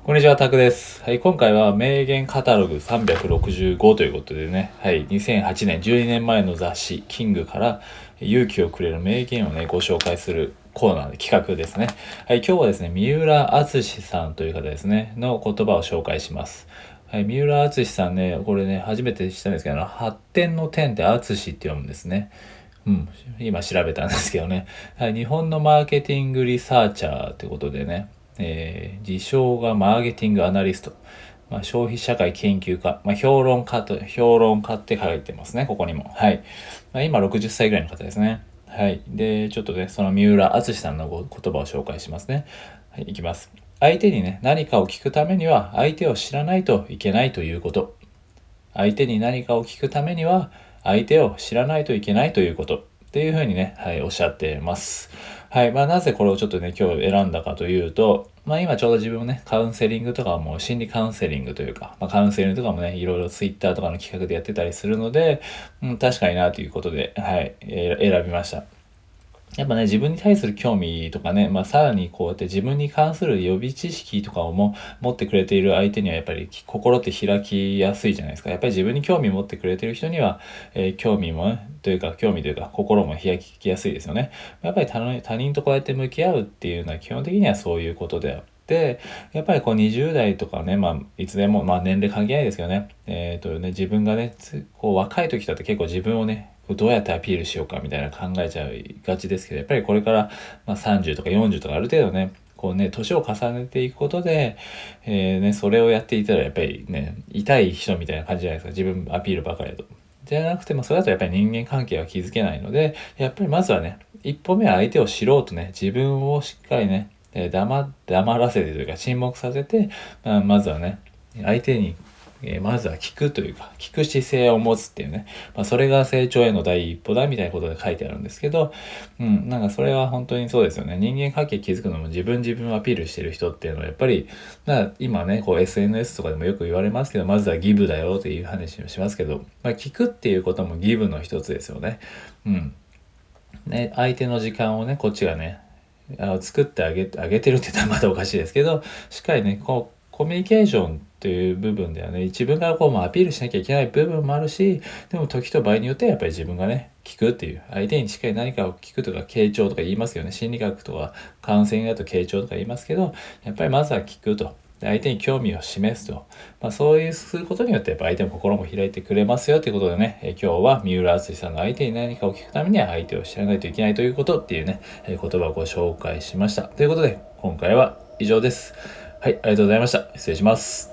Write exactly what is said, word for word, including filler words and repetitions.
こんにちは、タクです。はい、今回は名言カタログさんびゃくろくじゅうごということでね、はい、にせんはちねん、じゅうにねんまえの雑誌、キングから勇気をくれる名言をね、ご紹介するコーナーで企画ですね。はい、今日はですね、三浦敦さんという方ですね、の言葉を紹介します。はい、三浦敦さんね、これね、初めて知ったんですけど、発展の点って敦って読むんですね。うん、今調べたんですけどね、はい、日本のマーケティングリサーチャーってことでね、えー、自称がマーケティングアナリスト、まあ、消費社会研究家、まあ、評論家と、評論家って書いてますね、ここにも。はい。まあ、今ろくじゅっさいぐらいの方ですね。はい。で、ちょっとね、その三浦敦さんの言葉を紹介しますね。はい、いきます。相手にね、何かを聞くためには、相手を知らないといけないということ。相手に何かを聞くためには、相手を知らないといけないということ。っていうふうにね、はい、おっしゃってます。はい。まあ、なぜこれをちょっとね、今日選んだかというと、まあ、今ちょうど自分もね、カウンセリングとかも心理カウンセリングというか、まあ、カウンセリングとかもね、いろいろツイッターとかの企画でやってたりするので、うん、確かになということで、はい、えー選びました。やっぱね、自分に対する興味とかね、まあ、さらにこうやって自分に関する予備知識とかをも持ってくれている相手にはやっぱり心って開きやすいじゃないですか。やっぱり自分に興味を持ってくれている人には、えー興味もね、というか、興味というか、心も開きやすいですよね。やっぱり他の他人とこうやって向き合うっていうのは基本的にはそういうことであって、やっぱりこうにじゅう代とかね、まあ、いつでも、まあ年齢関係ないですけどね、えっとね、自分がね、つこう若い時だって結構自分をね、どうやってアピールしようかみたいな考えちゃいがちですけど、やっぱりこれから、まあ、さんじゅうとかよんじゅうとかある程度ね、こうね、年を重ねていくことで、えーね、それをやっていたらやっぱりね、痛い人みたいな感じじゃないですか。自分アピールばかりだと。じゃなくても、それだとやっぱり人間関係は築けないので、やっぱりまずはね、一歩目は相手を知ろうとね、自分をしっかりね、えー黙、黙らせてというか沈黙させて、まあ、まずはね、相手にえーまずは聞くというか、聞く姿勢を持つっていうね、まあ、それが成長への第一歩だみたいなことで書いてあるんですけど、うん、なんかそれは本当にそうですよね。人間関係築くのも自分自分をアピールしてる人っていうのはやっぱり、まあ、今ね、こう エスエヌエス とかでもよく言われますけど、まずはギブだよっていう話をしますけど、まあ、聞くっていうこともギブの一つですよね。うん。ね、相手の時間をね、こっちがね、あの作ってあげあげてるって言ったらまだおかしいですけど、しっかりね、こう、コミュニケーションという部分ではね、自分からこう、まあ、アピールしなきゃいけない部分もあるし、でも時と場合によってはやっぱり自分がね、聞くっていう、相手にしっかり何かを聞くとか、傾聴とか言いますよね。心理学とか、カウンセリングだと傾聴とか言いますけど、やっぱりまずは聞くと。で相手に興味を示すと。まあ、そういうすることによって、やっぱ相手も心も開いてくれますよということでね、え今日は三浦敦さんの相手に何かを聞くためには相手を知らないといけないということっていうね、え言葉をご紹介しました。ということで、今回は以上です。はい、ありがとうございました。失礼します。